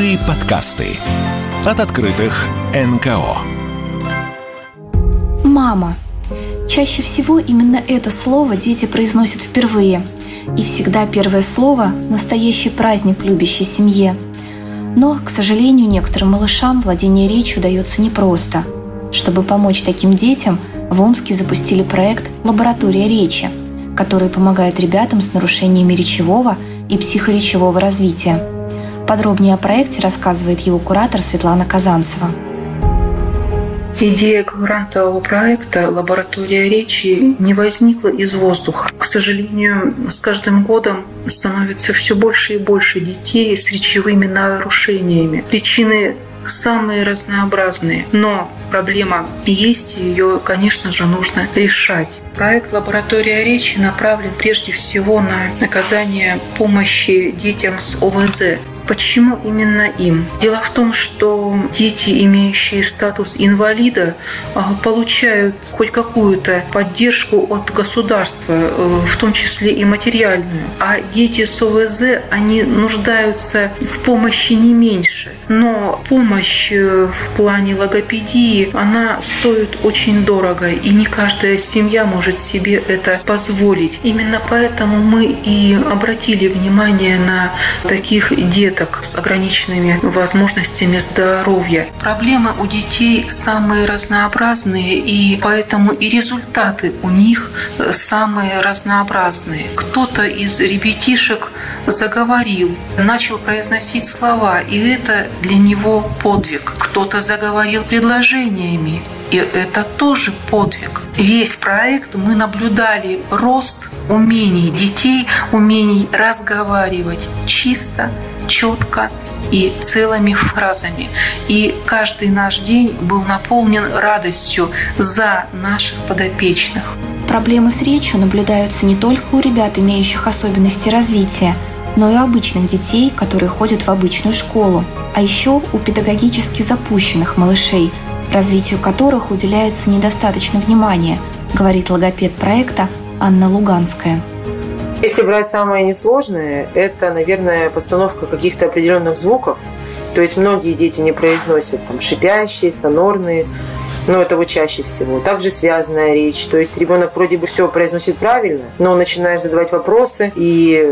Слушай подкасты от открытых НКО. Мама. Чаще всего именно это слово дети произносят впервые. И всегда первое слово – настоящий праздник в любящей семье. Но, к сожалению, некоторым малышам владение речью дается непросто. Чтобы помочь таким детям, в Омске запустили проект «Лаборатория речи», который помогает ребятам с нарушениями речевого и психоречевого развития. Подробнее о проекте рассказывает его куратор Светлана Казанцева. Идея грантового проекта «Лаборатория речи» не возникла из воздуха. К сожалению, с каждым годом становится все больше и больше детей с речевыми нарушениями. Причины самые разнообразные, но проблема есть, и ее, конечно же, нужно решать. Проект «Лаборатория речи» направлен прежде всего на оказание помощи детям с ОВЗ. Почему именно им? Дело в том, что дети, имеющие статус инвалида, получают хоть какую-то поддержку от государства, в том числе и материальную. А дети с ОВЗ, они нуждаются в помощи не меньше. Но помощь в плане логопедии, она стоит очень дорого, и не каждая семья может себе это позволить. Именно поэтому мы и обратили внимание на таких деток с ограниченными возможностями здоровья. Проблемы у детей самые разнообразные, и поэтому и результаты у них самые разнообразные. Кто-то из ребятишек заговорил, начал произносить слова, и это для него подвиг. Кто-то заговорил предложениями, и это тоже подвиг. Весь проект мы наблюдали рост умений детей, умений разговаривать чисто, четко и целыми фразами. И каждый наш день был наполнен радостью за наших подопечных. Проблемы с речью наблюдаются не только у ребят, имеющих особенности развития, но и у обычных детей, которые ходят в обычную школу. А еще у педагогически запущенных малышей, развитию которых уделяется недостаточно внимания, говорит логопед проекта Анна Луганская. Если брать самое несложное, это, наверное, постановка каких-то определенных звуков. То есть многие дети не произносят шипящие, сонорные, но это вот чаще всего. Также связанная речь. То есть ребенок вроде бы все произносит правильно, но начинаешь задавать вопросы, и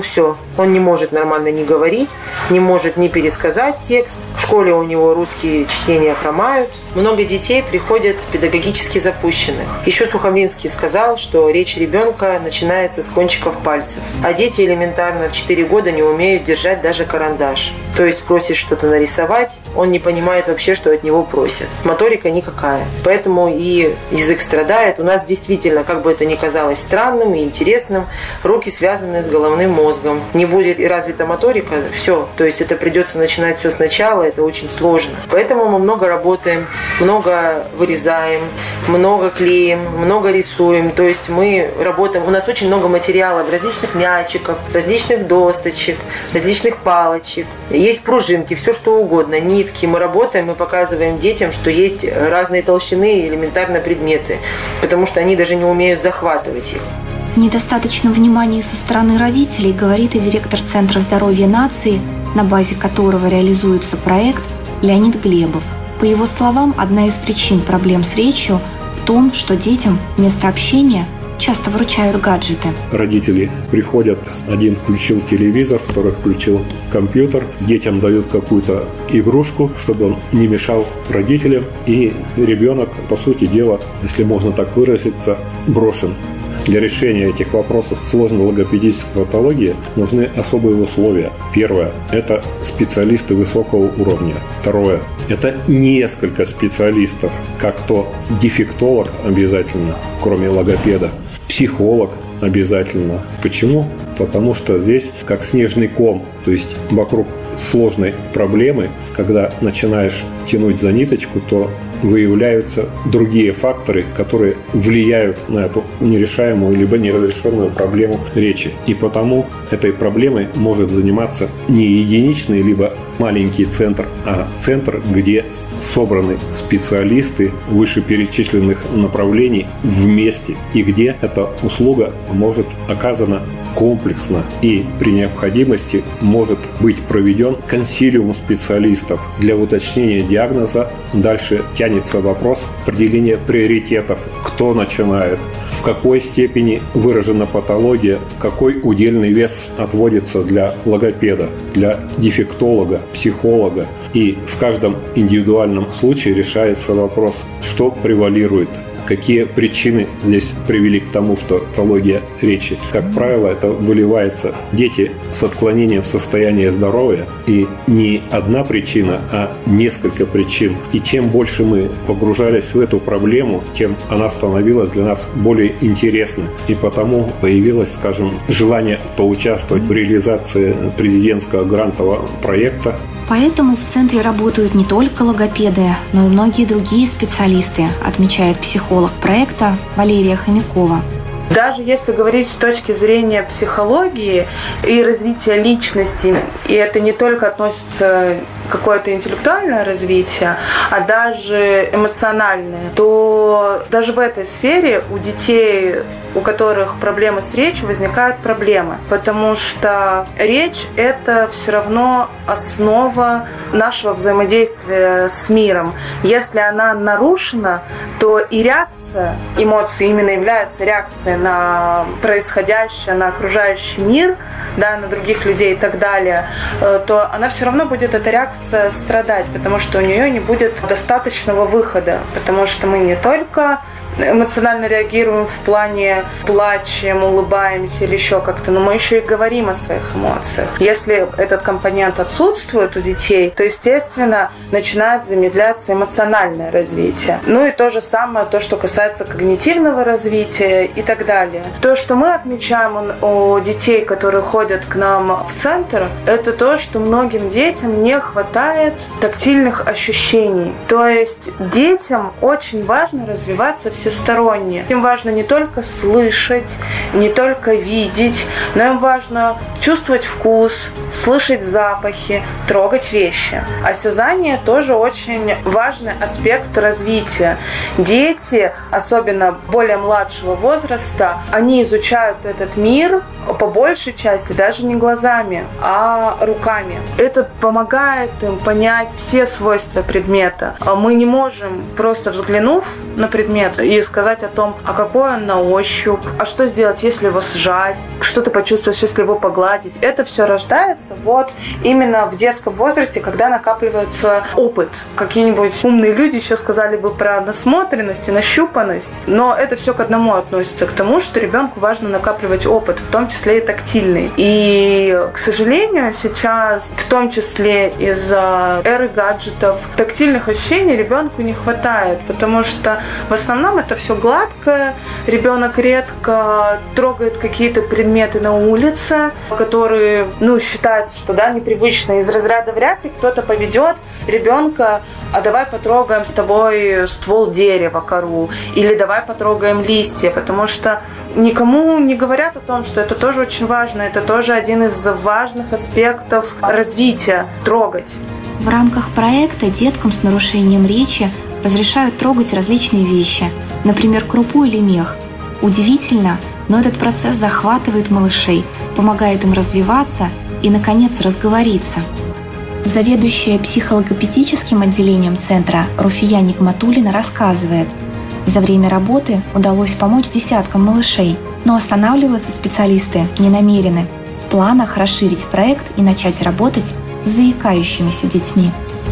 он не может нормально ни говорить, не может ни пересказать текст. В школе у него русские чтения хромают. Много детей приходят педагогически запущенных. Еще Сухомлинский сказал, что речь ребенка начинается с кончиков пальцев. А дети элементарно в 4 года не умеют держать даже карандаш. То есть просишь что-то нарисовать, он не понимает вообще, что от него просят. Моторика никакая. Поэтому и язык страдает. У нас действительно, как бы это ни казалось странным и интересным, руки связаны с головным мозгом. Не будет и развита моторика, все. То есть это придется начинать все сначала, это очень сложно. Поэтому мы много работаем, много вырезаем, много клеим, много рисуем. То есть мы работаем, у нас очень много материалов, различных мячиков, различных досточек, различных палочек. Есть пружинки, все что угодно, нитки. Мы работаем и показываем детям, что есть разные толщины и элементарно предметы, потому что они даже не умеют захватывать их. Недостаточно внимания со стороны родителей, говорит и директор Центра здоровья нации, на базе которого реализуется проект, Леонид Глебов. По его словам, одна из причин проблем с речью в том, что детям вместо общения часто вручают гаджеты. Родители приходят, один включил телевизор, второй включил компьютер, детям дают какую-то игрушку, чтобы он не мешал родителям, и ребенок, по сути дела, если можно так выразиться, брошен. Для решения этих вопросов сложной логопедической патологии нужны особые условия. Первое – это специалисты высокого уровня. Второе – это несколько специалистов, как то дефектолог обязательно, кроме логопеда, психолог обязательно. Почему? Потому что здесь как снежный ком, то есть вокруг сложной проблемы, когда начинаешь тянуть за ниточку, то выявляются другие факторы, которые влияют на эту нерешаемую либо неразрешенную проблему речи. И потому этой проблемой может заниматься не единичный либо маленький центр, а центр, где собраны специалисты вышеперечисленных направлений вместе, и где эта услуга может оказана комплексно и при необходимости может быть проведен консилиум специалистов для уточнения диагноза. Дальше тянется вопрос определения приоритетов, кто начинает, в какой степени выражена патология, какой удельный вес отводится для логопеда, для дефектолога, психолога. И в каждом индивидуальном случае решается вопрос, что превалирует, какие причины здесь привели к тому, что патология речи. Как правило, это выливается дети с отклонением состояния здоровья. И не одна причина, а несколько причин. И чем больше мы погружались в эту проблему, тем она становилась для нас более интересной. И потому появилось, скажем, желание поучаствовать в реализации президентского грантового проекта. Поэтому в центре работают не только логопеды, но и многие другие специалисты, отмечает психолог проекта Валерия Хомякова. Даже если говорить с точки зрения психологии и развития личности, и это не только относится к какое-то интеллектуальное развитие, а даже эмоциональное, то даже в этой сфере у детей, у которых проблемы с речью, возникают проблемы. Потому что речь – это все равно основа нашего взаимодействия с миром. Если она нарушена, то и реакция эмоций именно является реакцией на происходящее, на окружающий мир, да, на других людей и так далее, то она все равно будет, эта реакция, страдать, потому что у нее не будет достаточного выхода, потому что мы не только эмоционально реагируем в плане плачем, улыбаемся или еще как-то, но мы еще и говорим о своих эмоциях. Если этот компонент отсутствует у детей, то, естественно, начинает замедляться эмоциональное развитие. Ну и то же самое, то, что касается когнитивного развития и так далее. То, что мы отмечаем у детей, которые ходят к нам в центр, это то, что многим детям не хватает тактильных ощущений. То есть детям очень важно развиваться всесторонне. Им важно не только слышать, не только видеть, но им важно чувствовать вкус, слышать запахи, трогать вещи. Осязание тоже очень важный аспект развития. Дети, особенно более младшего возраста, они изучают этот мир по большей части даже не глазами, а руками. Это помогает им понять все свойства предмета. Мы не можем, просто взглянув на предмет, и сказать о том, а какой он на ощупь, а что сделать, если его сжать, что ты почувствуешь, если его погладить. Это все рождается вот именно в детском возрасте, когда накапливается опыт. Какие-нибудь умные люди еще сказали бы про насмотренность и нащупанность, но это все к одному относится, к тому, что ребенку важно накапливать опыт, в том числе и тактильный. И, к сожалению, сейчас, в том числе из-за эры гаджетов, тактильных ощущений ребенку не хватает, потому что в основном это все гладкое, ребенок редко трогает какие-то предметы на улице, которые, считается, что непривычно. Из разряда вряд ли кто-то поведет ребенка, а давай потрогаем с тобой ствол дерева, кору, или давай потрогаем листья, потому что никому не говорят о том, что это тоже очень важно, это тоже один из важных аспектов развития – трогать. В рамках проекта деткам с нарушением речи разрешают трогать различные вещи, например, крупу или мех. Удивительно, но этот процесс захватывает малышей, помогает им развиваться и, наконец, разговориться. Заведующая психологопедическим отделением центра Руфия Нигматуллина рассказывает, за время работы удалось помочь десяткам малышей, но останавливаться специалисты не намерены. В планах расширить проект и начать работать с заикающимися детьми.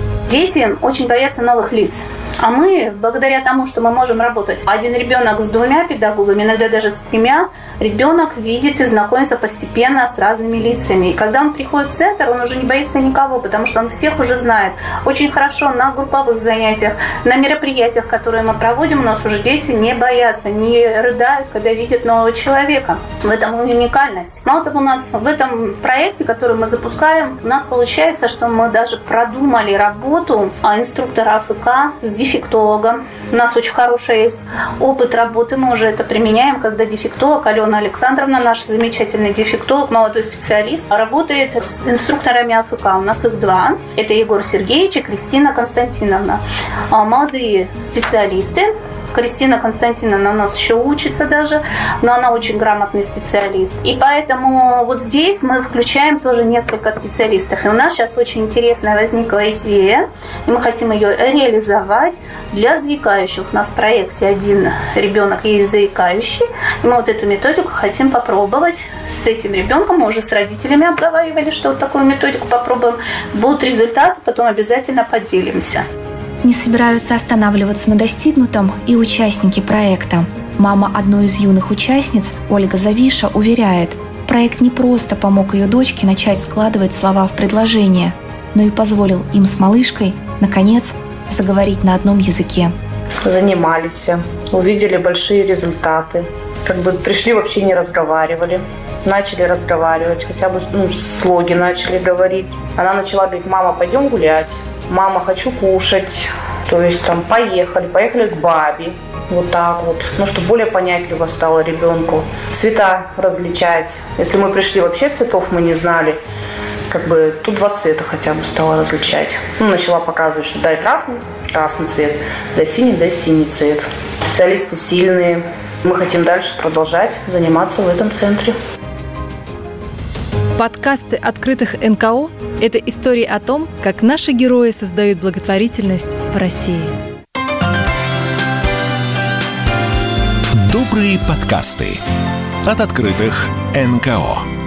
Дети очень боятся новых лиц. А мы, благодаря тому, что мы можем работать один ребенок с 2 педагогами, иногда даже с 3, ребенок видит и знакомится постепенно с разными лицами. И когда он приходит в центр, он уже не боится никого, потому что он всех уже знает. Очень хорошо на групповых занятиях, на мероприятиях, которые мы проводим, у нас уже дети не боятся, не рыдают, когда видят нового человека. В этом уникальность. Мало того, у нас в этом проекте, который мы запускаем, у нас получается, что мы даже продумали работу инструктора АФК с дефектологом. У нас очень хороший есть опыт работы, мы уже это применяем, когда дефектолог Алена Александровна, наш замечательный дефектолог, молодой специалист, работает с инструкторами АФК. У нас их 2. Это Егор Сергеевич и Кристина Константиновна. Молодые специалисты, Кристина Константиновна у нас еще учится даже, но она очень грамотный специалист. И поэтому вот здесь мы включаем тоже несколько специалистов. И у нас сейчас очень интересная возникла идея, и мы хотим ее реализовать для заикающих. У нас в проекте один ребенок есть заикающий, и мы вот эту методику хотим попробовать с этим ребенком. Мы уже с родителями обговаривали, что вот такую методику попробуем. Будут результаты, потом обязательно поделимся. Не собираются останавливаться на достигнутом и участники проекта. Мама одной из юных участниц, Ольга Завиша, уверяет, проект не просто помог ее дочке начать складывать слова в предложения, но и позволил им с малышкой, наконец, заговорить на одном языке. Занимались, увидели большие результаты. Пришли, вообще не разговаривали. Начали разговаривать, хотя бы слоги начали говорить. Она начала говорить: мама, пойдем гулять. Мама, хочу кушать. То есть поехали к бабе. Вот так вот. Чтобы более понятливо стало ребенку. Цвета различать. Если мы пришли, вообще цветов мы не знали. Тут 2 цвета хотя бы стала различать. Начала показывать, что дай красный цвет, дай синий цвет. Специалисты сильные. Мы хотим дальше продолжать заниматься в этом центре. Подкасты открытых НКО – это истории о том, как наши герои создают благотворительность в России. Добрые подкасты от открытых НКО.